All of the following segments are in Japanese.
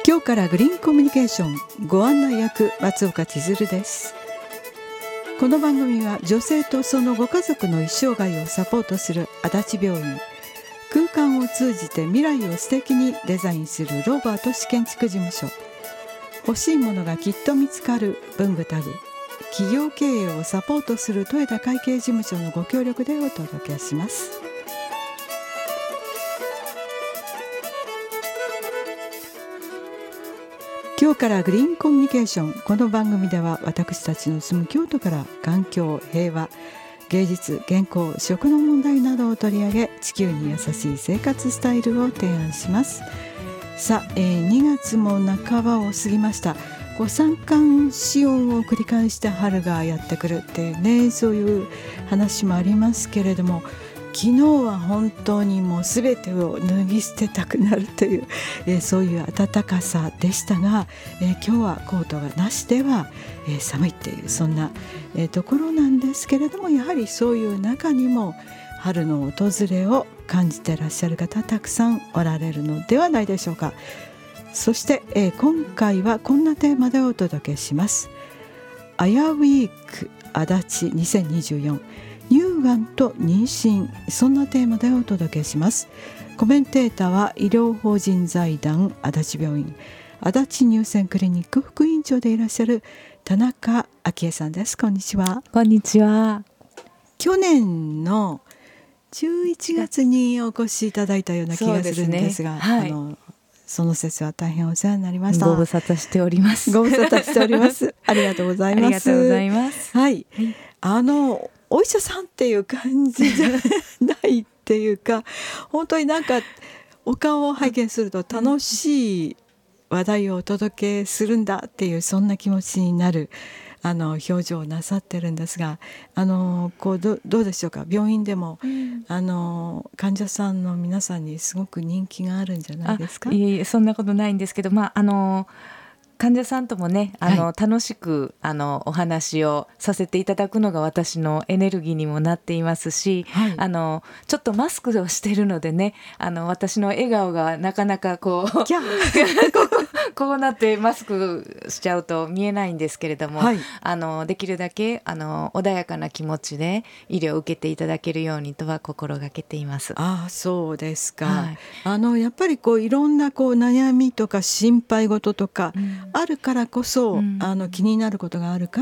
今日からグリーンコミュニケーションご案内役松岡千鶴です。この番組は女性とそのご家族の一生涯をサポートする足立病院、空間を通じて未来を素敵にデザインするロバート建築事務所、欲しいものがきっと見つかる文具タグ、企業経営をサポートする豊田会計事務所のご協力でお届けします。今日からグリーンコミュニケーション。この番組では私たちの住む京都から環境、平和、芸術、健康、食の問題などを取り上げ、地球に優しい生活スタイルを提案します。さあ、2月も半ばを過ぎました。三寒四温を繰り返して春がやってくるっていうね、そういう話もありますけれども、昨日は本当にもう全てを脱ぎ捨てたくなるという、そういう暖かさでしたが、今日はコートがなしでは、寒いっていうそんな、ところなんですけれども、やはりそういう中にも春の訪れを感じていらっしゃる方たくさんおられるのではないでしょうか。そして、今回はこんなテーマでお届けします。アヤウィーク足立2024、乳がんと妊娠、そんなテーマでお届けします。コメンテーターは医療法人財団足立病院足立乳腺クリニック副院長でいらっしゃる田中昭恵さんです。こんにちは。 こんにちは。 去年の11月にお越しいただいたような気がするんですが、その節は大変お世話になりました。 ご無沙汰しております。 ご無沙汰しておりますありがとうございます。 ありがとうございます。 はい、お医者さんっていう感じじゃないっていうか、本当になんかお顔を拝見すると楽しい話題をお届けするんだっていう、そんな気持ちになる表情をなさってるんですが、どうでしょうか。病院でも、患者さんの皆さんにすごく人気があるんじゃないですか。 いえ、そんなことないんですけど、患者さんともね、楽しくお話をさせていただくのが私のエネルギーにもなっていますし、ちょっとマスクをしているのでね、私の笑顔がなかなかこうなってマスクしちゃうと見えないんですけれども、できるだけ穏やかな気持ちで医療を受けていただけるようにとは心がけています。 そうですか。やっぱりいろんな悩みとか心配事とか、あるからこそ、気になることがあるから、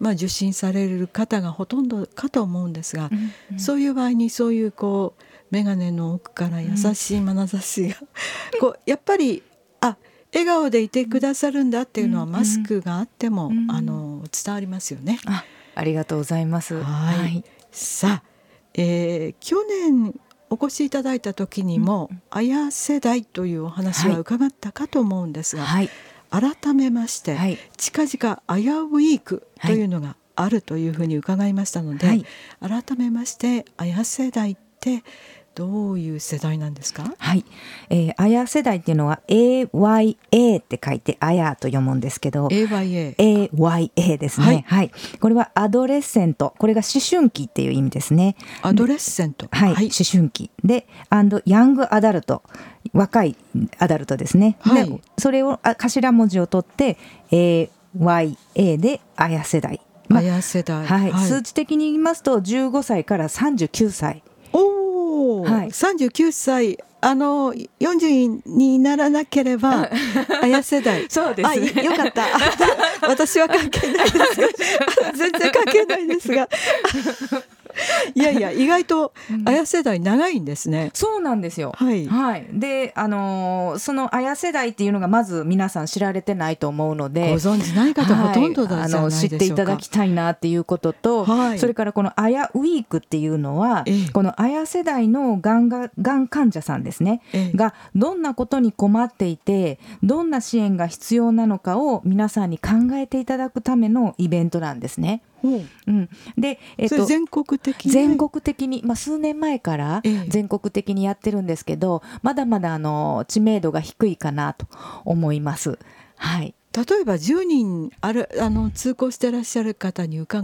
受診される方がほとんどかと思うんですが、そういう場合にそういう眼鏡の奥から優しい眼差しがやっぱり笑顔でいてくださるんだっていうのは、マスクがあっても、伝わりますよね。 ありがとうございます。 さあ、去年お越しいただいた時にも、アヤ世代というお話は伺ったかと思うんですが、改めまして、近々アヤウィークというのがあるというふうに伺いましたので、改めましてアヤ世代ってどういう世代なんですか。 アヤ世代っていうのは AYA って書いてアヤと読むんですけど、 AYA ですね。これはアドレッセント、これが思春期っていう意味ですね。 アドレッセント、 思春期で、ヤングアダルト、若いアダルトですね。でそれを頭文字を取って AYA でアヤ世代。 アヤ世代、 数値的に言いますと15歳から39歳。 39歳、40にならなければアヤ世代そうですね。 よかった私は関係ないですが全然関係ないですがいやいや、意外とアヤ世代長いんですね。 そうなんですよ。で、そのアヤ世代っていうのがまず皆さん知られてないと思うので、 ご存じない方ほとんどだじゃないでしょうか。 知っていただきたいなっていうことと、それからこのアヤウィークっていうのは、このアヤ世代のがん患者さんですね、がどんなことに困っていて、どんな支援が必要なのかを皆さんに考えていただくためのイベントなんですね。で、 それ全国的に数年前から全国的にやってるんですけど、まだまだ知名度が低いかなと思います。例えば10人通行してらっしゃる方に伺って、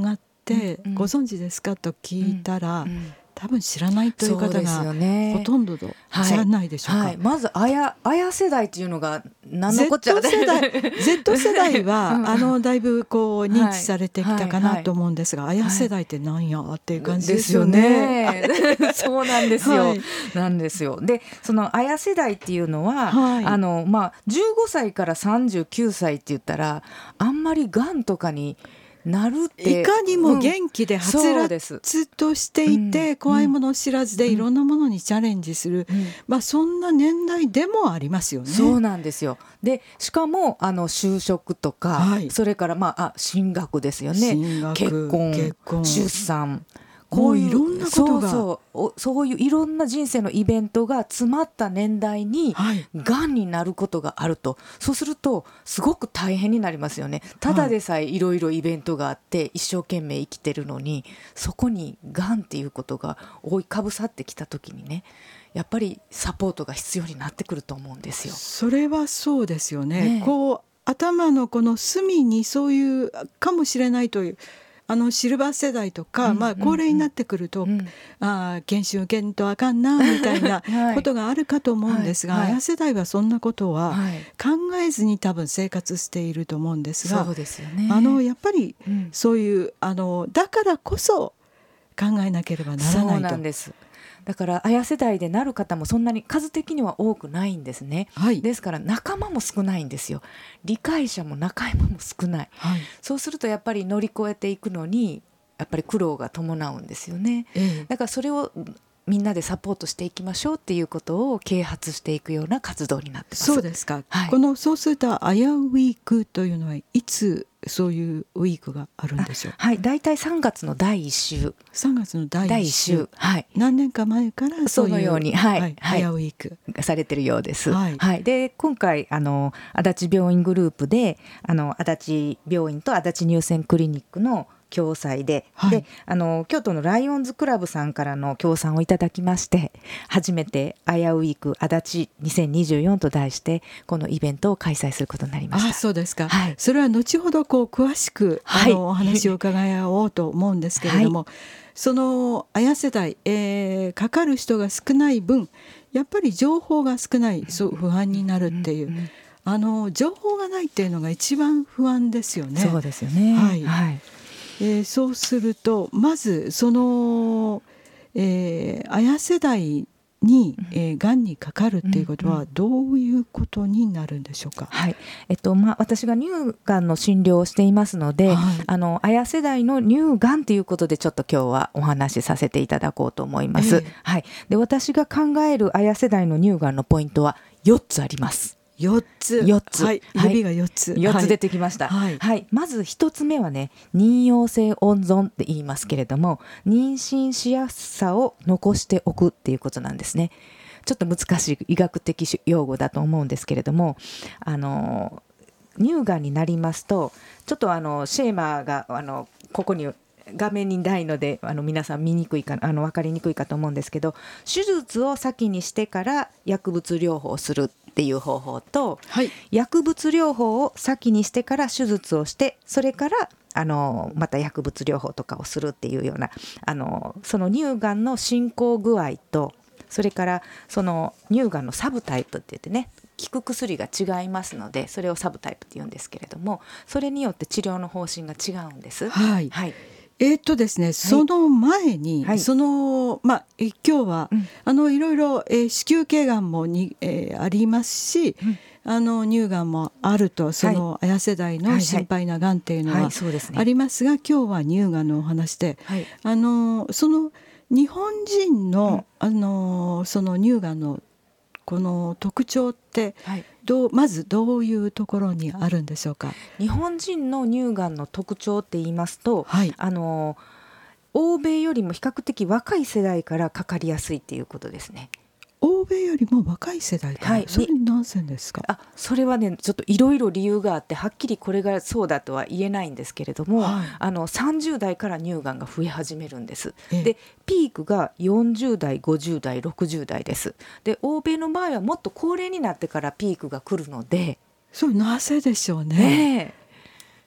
ってご存知ですかと聞いたら、多分知らないという方がほとんどじゃないでしょうか。 はいはい、まずあや世代っていうのが何のこっちゃ Z 世代はだいぶこう認知されてきたかなと思うんですが、あや世代ってなんやっていう感じですよね。 そうなんですよ、なんですよ。でそのあや世代っていうのは、15歳から39歳って言ったらあんまりがんとかになるっていかにも元気ではつらつとしていて、怖いものを知らずでいろんなものにチャレンジする、そんな年代でもありますよね。 そうなんですよ。でしかも就職とか、それから進学ですよね。結婚出産、こういういろんなことがそういういろんな人生のイベントが詰まった年代にがんになることがあると、そうするとすごく大変になりますよね。ただでさえいろいろイベントがあって一生懸命生きてるのに、そこにがんっていうことが覆いかぶさってきた時にね、やっぱりサポートが必要になってくると思うんですよ。 それはそうですよね。こう頭のこの隅にそういうかもしれないというシルバー世代とか、高齢になってくると、研修受けんとあかんなみたいなことがあるかと思うんですが、あや世代はそんなことは考えずに多分生活していると思うんですが、 そうですよね。 やっぱりそういうだからこそ考えなければならないと。 そうなんです。だからあや世代でなる方もそんなに数的には多くないんですね、ですから仲間も少ないんですよ。理解者も仲間も少ない、そうするとやっぱり乗り越えていくのにやっぱり苦労が伴うんですよね、だからそれをみんなでサポートしていきましょうっていうことを啓発していくような活動になってます。 そうですか、そうするとあやウィークというのはいつそういうウィークがあるんでしょう。 だいたい3月の第1週 3月の第1週、何年か前からそのようにあやウィークされてるようです、で今回足立病院グループで足立病院と足立乳腺クリニックの共催で、京都のライオンズクラブさんからの協賛をいただきまして、初めてあやウィーク足立2024と題してこのイベントを開催することになりました。 そうですか、それは後ほど詳しくお話を伺おうと思うんですけれども、そのあや世代、かかる人が少ない分やっぱり情報が少ない、そう不安になるっていう、情報がないっていうのが一番不安ですよね。 そうですよね。 そうするとまずその、あや世代にがんにかかるっていうことはどういうことになるんでしょうか。 私が乳がんの診療をしていますので、あや世代の乳がんということでちょっと今日はお話しさせていただこうと思います、で私が考えるあや世代の乳がんのポイントは4つあります。 4つ、指が4つ、 4つ出てきました、まず1つ目はね、妊用性温存って言いますけれども、妊娠しやすさを残しておくっていうことなんですね。ちょっと難しい医学的用語だと思うんですけれども、乳がんになりますとちょっとシェーマーがここに画面にないので皆さん見にくいか分かりにくいかと思うんですけど、手術を先にしてから薬物療法をするっていう方法と、薬物療法を先にしてから手術をして、それからまた薬物療法とかをするっていうようなその乳がんの進行具合と、それからその乳がんのサブタイプって言ってね、効く薬が違いますので、それをサブタイプって言うんですけれども、それによって治療の方針が違うんです。 ですね、その前に、今日は、いろいろ、子宮頸がんもありますし、乳がんもあると、そのあや世代の心配ながんっていうのはありますが、今日は乳がんのお話で、その日本人の、その乳がんのこの特徴って、まずどういうところにあるんでしょうか。 日本人の乳がんの特徴って言いますと、欧米よりも比較的若い世代からかかりやすいっていうことですね。 欧米よりも若い世代から、それ何せですか。 それはね、ちょっといろいろ理由があって、はっきりこれがそうだとは言えないんですけれども、30代から乳がんが増え始めるんです、でピークが40代50代60代です。で欧米の場合はもっと高齢になってからピークが来るので、 それなぜでしょうね。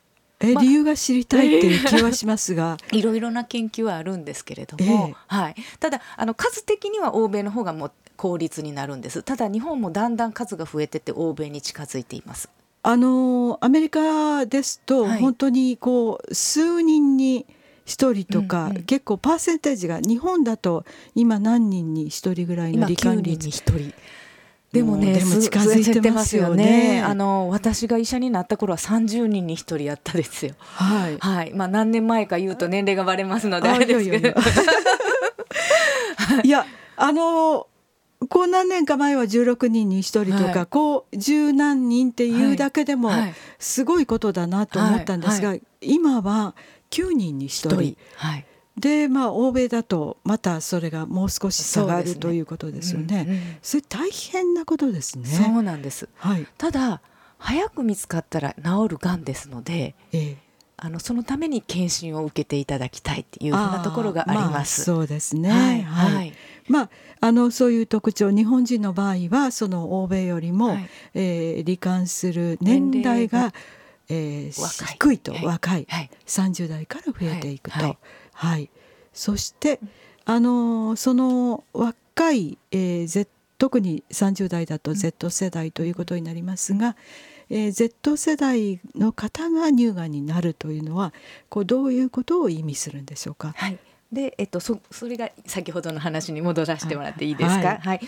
理由が知りたいっていう気はしますが、 いろいろな研究はあるんですけれども、はい、ただ数的には欧米の方がもう効率になるんです。ただ日本もだんだん数が増えてて欧米に近づいています。 アメリカですと、はい、本当に数人に1人とか、結構パーセンテージが、日本だと今何人に1人ぐらいの罹患率、 今9人に1人でもね、 近づいてますよね。 私が医者になった頃は30人に1人やったですよ。 はい、 はい、何年前か言うと年齢がバレますのであれですけどいや何年か前は16人に1人とか、はい、十何人っていうだけでもすごいことだなと思ったんですが、今は9人に1人、 はい、 で欧米だとまたそれがもう少し下がるということですよね。それ大変なことですね。 そうなんです、 はい、 ただ早く見つかったら治るがんですので、そのために検診を受けていただきたいっていうようなところがあります。 そうですね。 はい、はい、 そういう特徴、日本人の場合はその欧米よりも、はい、罹患する年代が低いと、若い、30代から増えていくと、はいはい、そしてその若い、特に30代だと Z 世代ということになりますが、Z 世代の方が乳がんになるというのはどういうことを意味するんでしょうか。 はい、でそれが先ほどの話に戻らせてもらっていいですか。はいはい、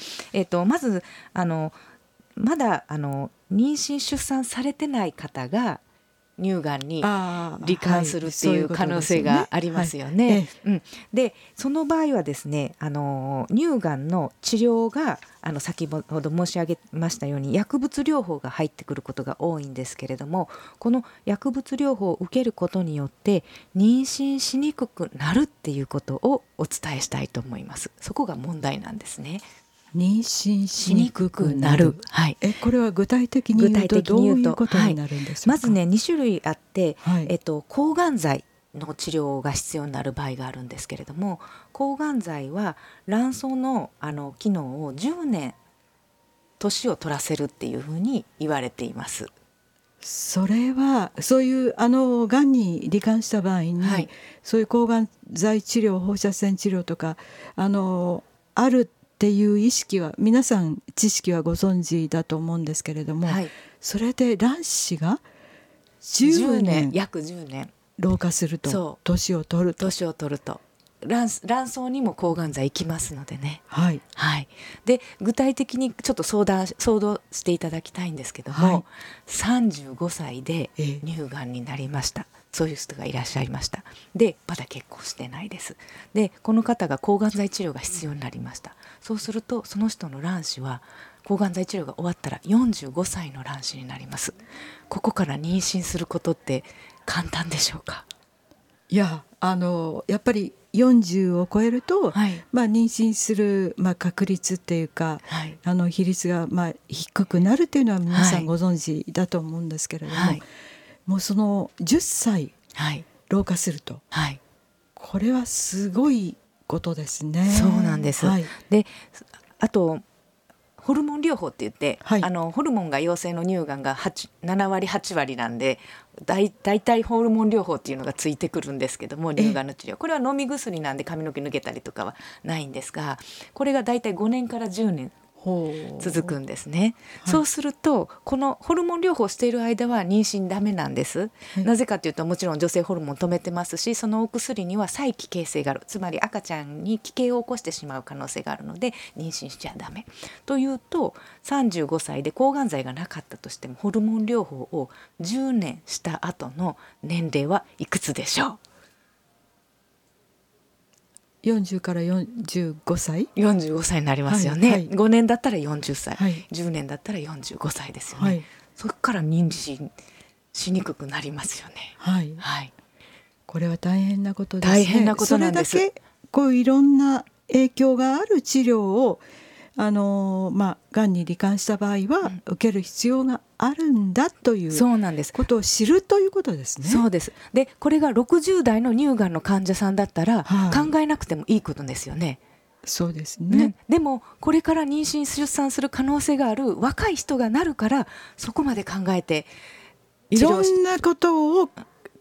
まずまだ妊娠出産されてない方が乳がんに罹患するっていう可能性がありますよね。でその場合はですね、乳がんの治療が先ほど申し上げましたように薬物療法が入ってくることが多いんですけれども、この薬物療法を受けることによって妊娠しにくくなるっていうことをお伝えしたいと思います。そこが問題なんですね。 妊娠しにくくなる、 はい、 これは具体的に言うとどういうことになるんでしょうか。 まずね、2種類あって、はい、抗がん剤の治療が必要になる場合があるんですけれども、抗がん剤は卵巣の機能を10年年を取らせるっていうふうに言われています。 それはそういうがんに罹患した場合に、はい、そういう抗がん剤治療、放射線治療とかあるっていう意識は皆さん知識はご存知だと思うんですけれども、はい、それで卵子が10年約10年老化すると、年を取ると卵巣にも抗がん剤いきますのでね、 はいはい、で具体的にちょっと想像していただきたいんですけども、はい、35歳で乳がんになりました、そういう人がいらっしゃいました。でまだ結婚してないです。でこの方が抗がん剤治療が必要になりました。そうするとその人の卵子は抗がん剤治療が終わったら45歳の卵子になります。ここから妊娠することって簡単でしょうか。 いややっぱり40を超えると、はい、妊娠する、確率っていうか、はい、比率が、低くなるっていうのは皆さんご存知だと思うんですけれども、はい、もうその10歳老化すると、はい、これはすごいことですね。 そうなんです、はい、であとホルモン療法って言って、はい、ホルモンが陽性の乳がんが7割8割なんでだいたいホルモン療法っていうのがついてくるんですけども、乳がんの治療、これは飲み薬なんで髪の毛抜けたりとかはないんですが、これがだいたい5年から10年続くんですね、はい、そうするとこのホルモン療法している間は妊娠ダメなんです、はい、なぜかというともちろん女性ホルモン止めてますし、そのお薬には再帰形性がある、つまり赤ちゃんに奇形を起こしてしまう可能性があるので妊娠しちゃダメというと、35歳で抗がん剤がなかったとしてもホルモン療法を10年した後の年齢はいくつでしょう。 40から45歳 45歳になりますよね、はいはい、5年だったら40歳、 はい、 10年だったら45歳ですよね、はい、そこから妊娠しにくくなりますよね、 はいはい、これは大変なことですね。 大変なことなんです。 それだけいろんな影響がある治療をがんに罹患した場合は受ける必要があるんだということを知るということですね。 そうです。でこれが60代の乳がんの患者さんだったら考えなくてもいいことですよね。 そうですね。 でもこれから妊娠出産する可能性がある若い人がなるから、そこまで考えていろんなことを考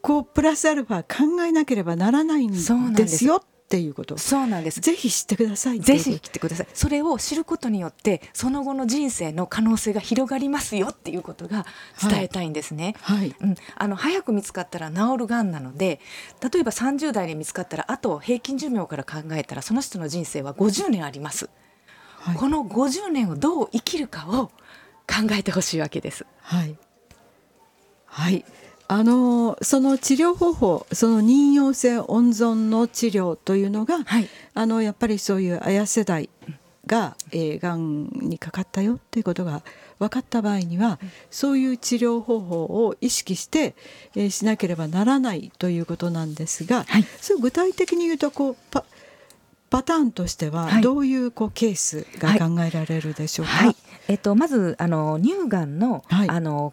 こうプラスアルファ考えなければならないんですよっていうこと。 そうなんです。 ぜひ知ってください。 ぜひ知ってください。それを知ることによってその後の人生の可能性が広がりますよっていうことが伝えたいんですね。 はいはい、 早く見つかったら治るがんなので、例えば30代に見つかったらあと平均寿命から考えたらその人の人生は50年あります。はい、この50年をどう生きるかを考えてほしいわけです。 はい、はい、その治療方法、その妊用性温存の治療というのが、はい、やっぱりそういう綾世代が、がんにかかったよということが分かった場合には、そういう治療方法を意識して、しなければならないということなんですが、はい、そう具体的に言うとこうパターンとしてはどういうケースが考えられるでしょうか。 はいはい、まず乳がんの、はい、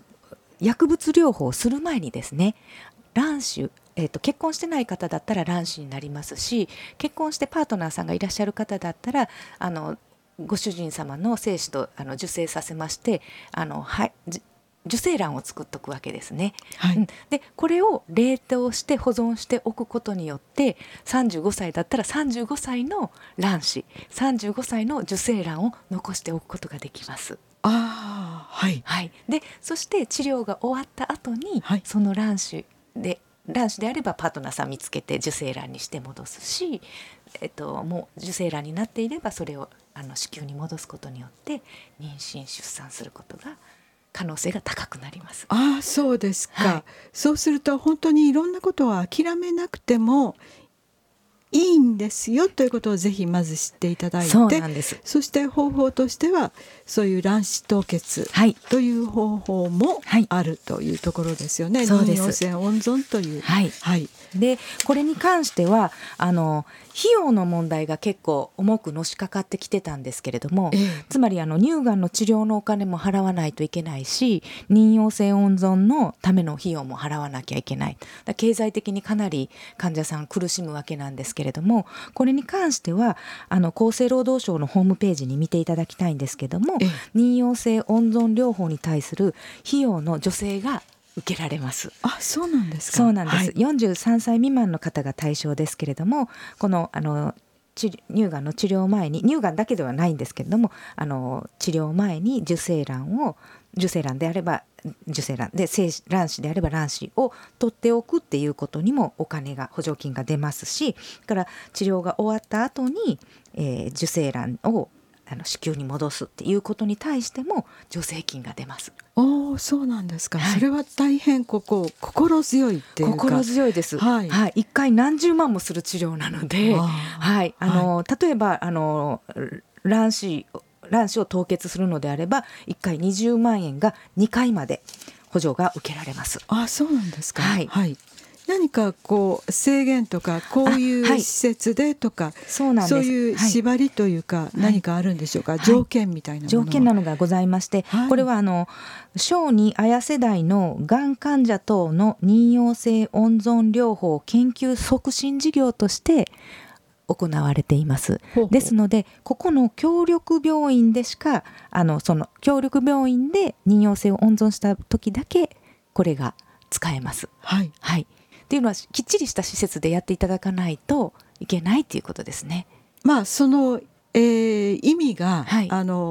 薬物療法をする前にですね、卵子、結婚してない方だったら卵子になりますし、結婚してパートナーさんがいらっしゃる方だったらご主人様の精子と受精させまして受精卵を作っておくわけですね。はい、でこれを冷凍して保存しておくことによって35歳だったら35歳の卵子、35歳の受精卵を残しておくことができます。 はいはい、でそして治療が終わった後に、はい、その卵子であればパートナーさん見つけて受精卵にして戻すし、もう受精卵になっていればそれを子宮に戻すことによって妊娠出産することが可能性が高くなります。 そうですか。 はい、 そうすると本当にいろんなことは諦めなくてもいいんですよということをぜひまず知っていただいて、 そうなんです。 そして方法としてはそういう卵子凍結という方法もあるというところですよね。妊用性温存という。 はいはい、でこれに関しては費用の問題が結構重くのしかかってきてたんですけれども、つまり乳がんの治療のお金も払わないといけないし、妊用性温存のための費用も払わなきゃいけない。経済的にかなり患者さん苦しむわけなんですけれども、これに関しては厚生労働省のホームページに見ていただきたいんですけども、妊用性温存療法に対する費用の助成が受けられます。 そうなんですか。 そうなんです、はい、43歳未満の方が対象ですけれども、この乳がんの治療前に、乳がんだけではないんですけれども治療前に受精卵であれば受精卵で、卵子であれば卵子を取っておくっていうことにもお金が補助金が出ますし、から治療が終わった後に、受精卵を子宮に戻すっていうことに対しても助成金が出ます。 そうなんですか。はい、それは大変心強いっていうか。 心強いです。はいはい、1回何十万もする治療なので、はい例えば卵子を凍結するのであれば1回20万円が2回まで補助が受けられます。 そうなんですか。 はいはい、何か制限とかこういう施設でとか、そういう縛りというか何かあるんでしょうか。条件みたいなものは。 条件なのがございまして、これは小児綾世代のがん患者等の妊用性温存療法研究促進事業として行われています。ですのでここの協力病院でしかその協力病院で妊用性を温存した時だけこれが使えます。 はいはいっていうのはきっちりした施設でやっていただかないといけないということですね。 その、意味が、はい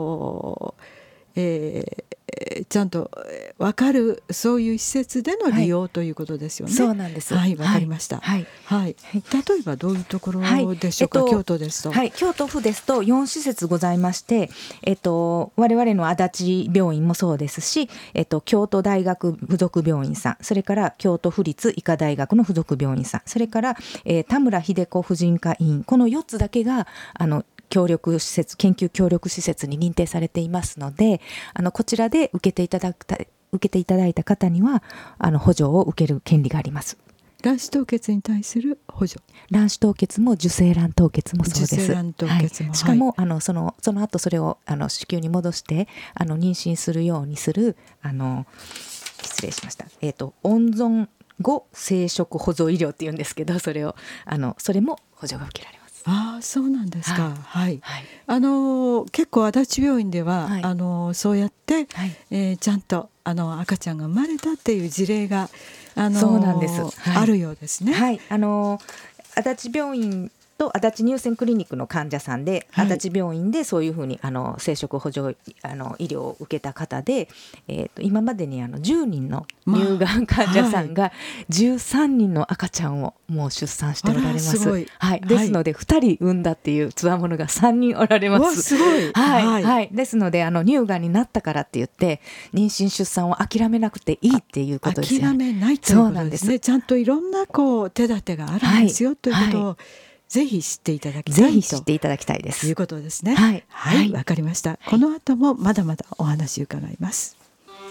ちゃんと分かるそういう施設での利用ということですよね。 そうなんです。 はい、分かりました。はいはい、例えばどういうところでしょうか。京都ですと、 京都府ですと4施設ございまして、我々の足立病院もそうですし、京都大学附属病院さん、それから京都府立医科大学の附属病院さん、それから、田村秀子婦人科医院、この4つだけが研究協力施設に認定されていますので、こちらで受けていただいた方には補助を受ける権利があります。 卵子凍結に対する補助。 卵子凍結も受精卵凍結もそうです。 受精卵凍結も、 しかも、その後それを子宮に戻して妊娠するようにする失礼しました、温存後生殖補助医療っていうんですけど、それも補助が受けられます。 ああ、そうなんですか。はい、 はい、 結構足立病院では、 はい、 そうやって、 はい、 ちゃんと赤ちゃんが生まれたっていう事例が、 そうなんです、はい、 あるようですね。 はい、足立病院と足立乳腺クリニックの患者さんで、 はい、 足立病院でそういうふうに生殖補助医療を受けた方で、今までに10人の乳がん患者さんが13人の赤ちゃんをもう出産しておられます。 すごい、 はい、ですので2人産んだっていうつわものが3人おられます。 すごい、 はいはいはい、ですので乳がんになったからって言って妊娠出産を諦めなくていいっていうことですよね。 諦めないということですね。ちゃんといろんな手立てがあるんですよ、ということを、ぜひ知っていただきたい、 ぜひ知っていただきたいです。 ということですね。 はい、 はい、わかりました。この後もまだまだお話伺います。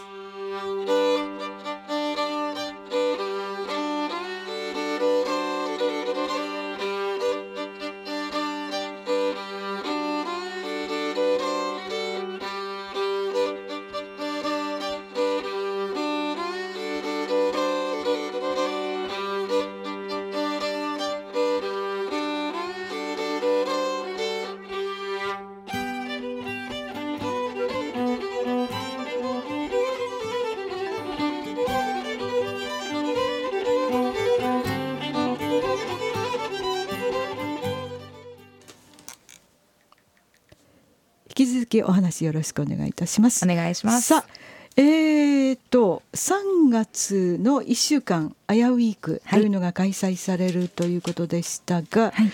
引き続きお話よろしくお願いいたします。 お願いします。 さあ、3月の1週間あやウィークというのが開催されるということでしたが、はい、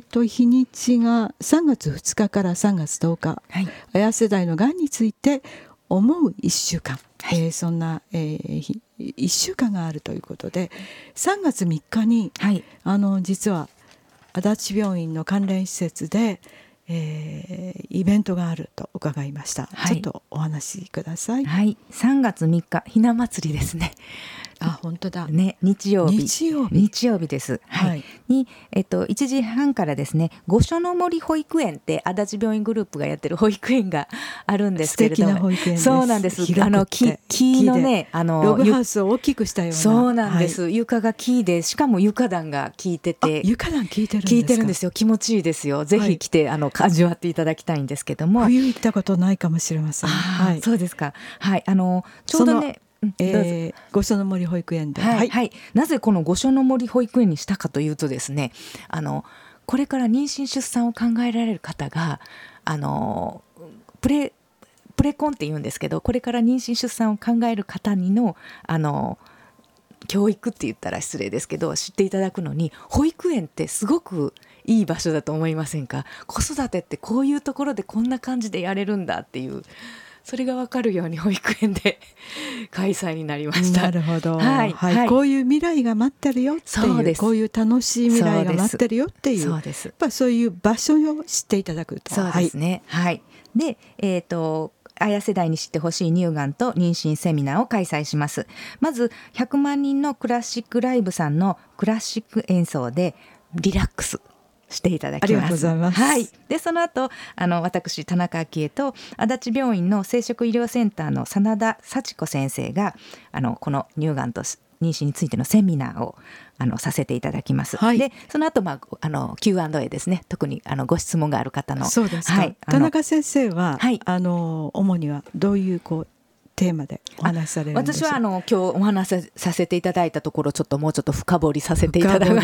日にちが3月2日から3月10日、はい、あや世代のがんについて思う1週間、はい、そんな、1週間があるということで、3月3日に、はい、実は足立病院の関連施設でイベントがあると伺いました、はい、ちょっとお話しください。 はい、3月3日ひな祭りですね。 あ、本当だね、日曜日です。 はい、 に、1時半からですね、御所の森保育園って足立病院グループがやってる保育園があるんですけれども、 素敵な保育園です。 そうなんです。木のね、 ログハウスを大きくしたような。 そうなんです、はい、床が木で、しかも床暖が効いてて、 床暖効いてるんですか？効いてるんですよ。気持ちいいですよ。ぜひ来て、味わっていただきたいんですけども、 冬行ったことないかもしれません。 はい、そうですか。はい、ちょうどね、 御所の森保育園で、 はいはい、なぜこの御所の森保育園にしたかというとですね、これから妊娠出産を考えられる方がプレコンって言うんですけど、これから妊娠出産を考える方にの教育って言ったら失礼ですけど、知っていただくのに保育園ってすごくいい場所だと思いませんか？子育てってこういうところでこんな感じでやれるんだっていう、それが分かるように保育園で開催になりました。 なるほど、 はいはい、 こういう未来が待ってるよっていう、こういう楽しい未来が待ってるよっていう、 そうです。 やっぱそういう場所を知っていただくと。 そうですね。はい、で、あや世代に知ってほしい乳がんと妊娠セミナーを開催します。まず100万人のクラシックライブさんのクラシック演奏でリラックスしていただきます。 ありがとうございます。 はい、でその後私田中昭恵と足立病院の生殖医療センターの真田幸子先生がこの乳がんと妊娠についてのセミナーをさせていただきます。はい、でその後、Q&A ですね。特にご質問がある方の。 そうですか。はい、田中先生は、はい、主にはどういうテーマでお話しされるんですか？ 私は今日お話しさせていただいたところ、ちょっともうちょっと深掘りさせていただく、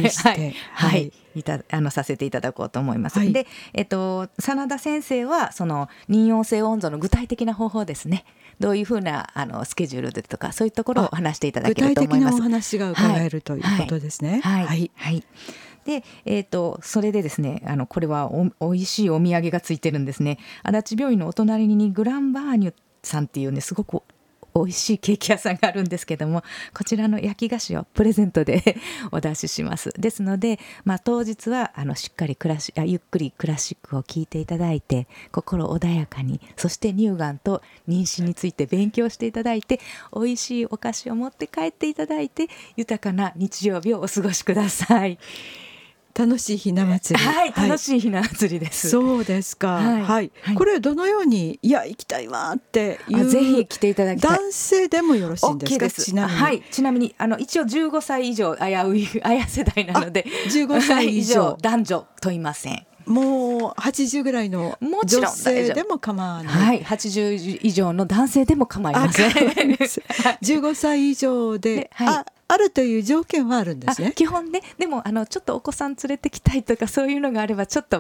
させていただこうと思います。はい、で、真田先生はその妊用性温存の具体的な方法ですね。どういうふうなスケジュールでとか、そういうところをお話していただけると思います。 具体的なお話が伺える、ということですね。 はいでそれでですね、これはおいしいお土産がついてるんですね。足立病院のお隣にグランバーニュさんっていうね、すごく美味しいケーキ屋さんがあるんですけども、こちらの焼き菓子をプレゼントでお出しします。ですので、当日はしっかりゆっくりクラシックを聴いていただいて、心穏やかに、そして乳がんと妊娠について勉強していただいて、美味しいお菓子を持って帰っていただいて、豊かな日曜日をお過ごしください。 楽しいひな祭り、 はい、楽しいひな祭りです。 そうですか。はい。これどのように行きたいわっていうぜひ来ていただきたい。 男性でもよろしいんですか？ OK です。ちなみに一応15歳以上綾世代なので 15歳以上男女問いません。 もう80ぐらいの女性でも構わない。 はい、80以上の男性でも構いません。 15歳以上で、あるという条件はあるんですね。 基本ね。でもちょっとお子さん連れてきたいとかそういうのがあればちょっと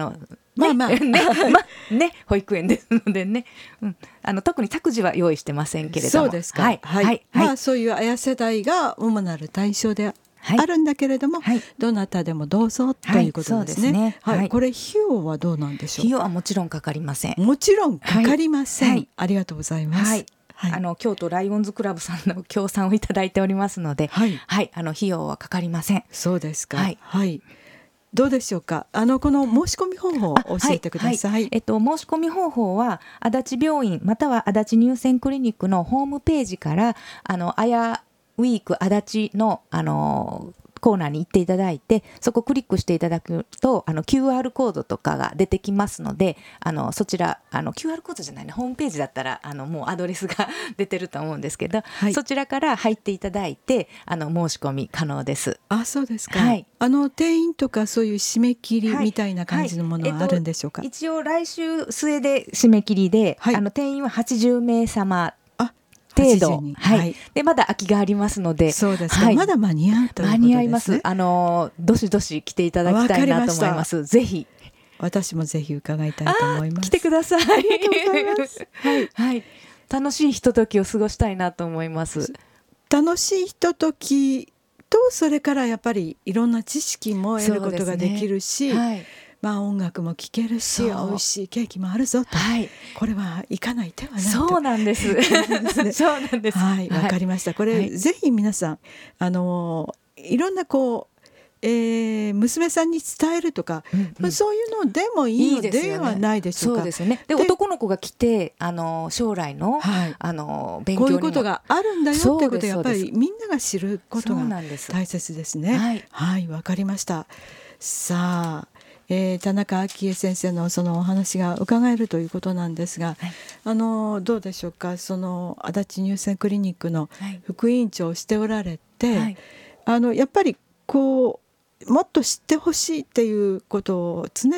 保育園ですのでね、特に託児は用意してませんけれども。 そうですか。はい。そういう綾世代が主なる対象であるんだけれども、どなたでもどうぞということですね。これ費用はどうなんでしょう？ 費用はもちろんかかりません。 もちろんかかりません。ありがとうございます。 京都ライオンズクラブさんの協賛をいただいておりますので、費用はかかりません。 そうですか。どうでしょうか。この申し込み方法を教えてください。 申し込み方法は足立病院または足立乳腺クリニックのホームページからあやウィーク足立のコーナーに行っていただいて、そこをクリックしていただくとQR コードとかが出てきますので、そちらQR コードじゃないね、ホームページだったらもうアドレスが出てると思うんですけど、そちらから入っていただいて申し込み可能です。 そうですか。定員とかそういう締め切りみたいな感じのものはあるんでしょうか？ 一応来週末で締め切りで、定員は80名様程度、でまだ空きがありますので。 そうですか。まだ間に合うということですね。 間に合います。どしどし来ていただきたいなと思います。ぜひ。 私もぜひ伺いたいと思います。 来てください。 ありがとうございます。 楽しいひとときを過ごしたいなと思います。 楽しいひとときと、それからやっぱりいろんな知識も得ることができるし、音楽も聴けるし、美味しいケーキもあるぞと、これは行かない手はないと。 そうなんです。そうなんです。 わかりました。これ、ぜひ皆さんいろんな娘さんに伝えるとか、そういうのでもいいのではないでしょうか。 そうですよね。で男の子が来て将来の勉強にもこういうことがあるんだよっていうことをやっぱりみんなが知ることが大切ですね。わかりました。さあ田中昭恵先生のそのお話が伺えるということなんですが、どうでしょうか。その足立乳腺クリニックの副院長をしておられて、やっぱりもっと知ってほしいっていうことを常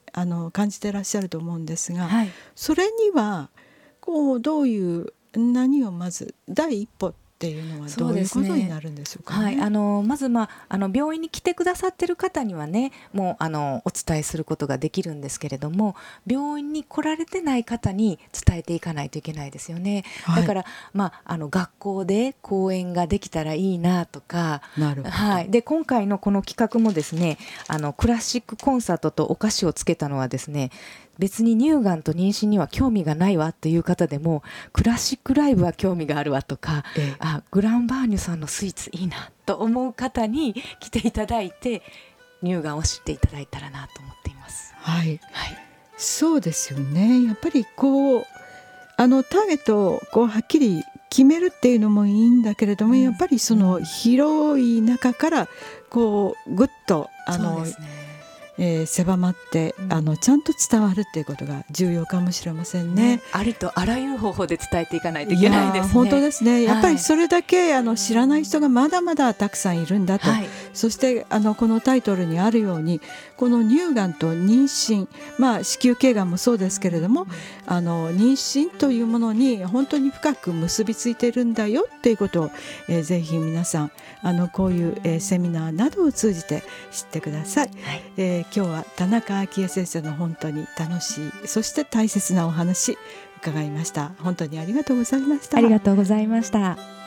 々感じていらっしゃると思うんですが、それにはどういう何をまず第一歩っていうのはどういうことになるんでしょうかね。 まず、病院に来てくださってる方にはね、もうお伝えすることができるんですけれども、病院に来られてない方に伝えていかないといけないですよね。だから、学校で講演ができたらいいなとか。 なるほど。 で今回のこの企画もですね、クラシックコンサートとお菓子をつけたのはですね、別に乳がんと妊娠には興味がないわという方でもクラシックライブは興味があるわとか、グランバーニュさんのスイーツいいなと思う方に来ていただいて、乳がんを知っていただいたらなと思っています。 そうですよね。やっぱりターゲットをはっきり決めるっていうのもいいんだけれども、やっぱりその広い中からぐっと狭まってちゃんと伝わるっていうことが重要かもしれませんね。 ありとあらゆる方法で伝えていかないといけないですね。 本当ですね。やっぱりそれだけ知らない人がまだまだたくさんいるんだと、そしてこのタイトルにあるように、この乳がんと妊娠、子宮頸がんもそうですけれども、妊娠というものに本当に深く結びついているんだよっていうことを、ぜひ皆さんこういう、セミナーなどを通じて知ってください。今日は田中昭恵先生の本当に楽しい、そして大切なお話伺いました。本当にありがとうございました。 ありがとうございました。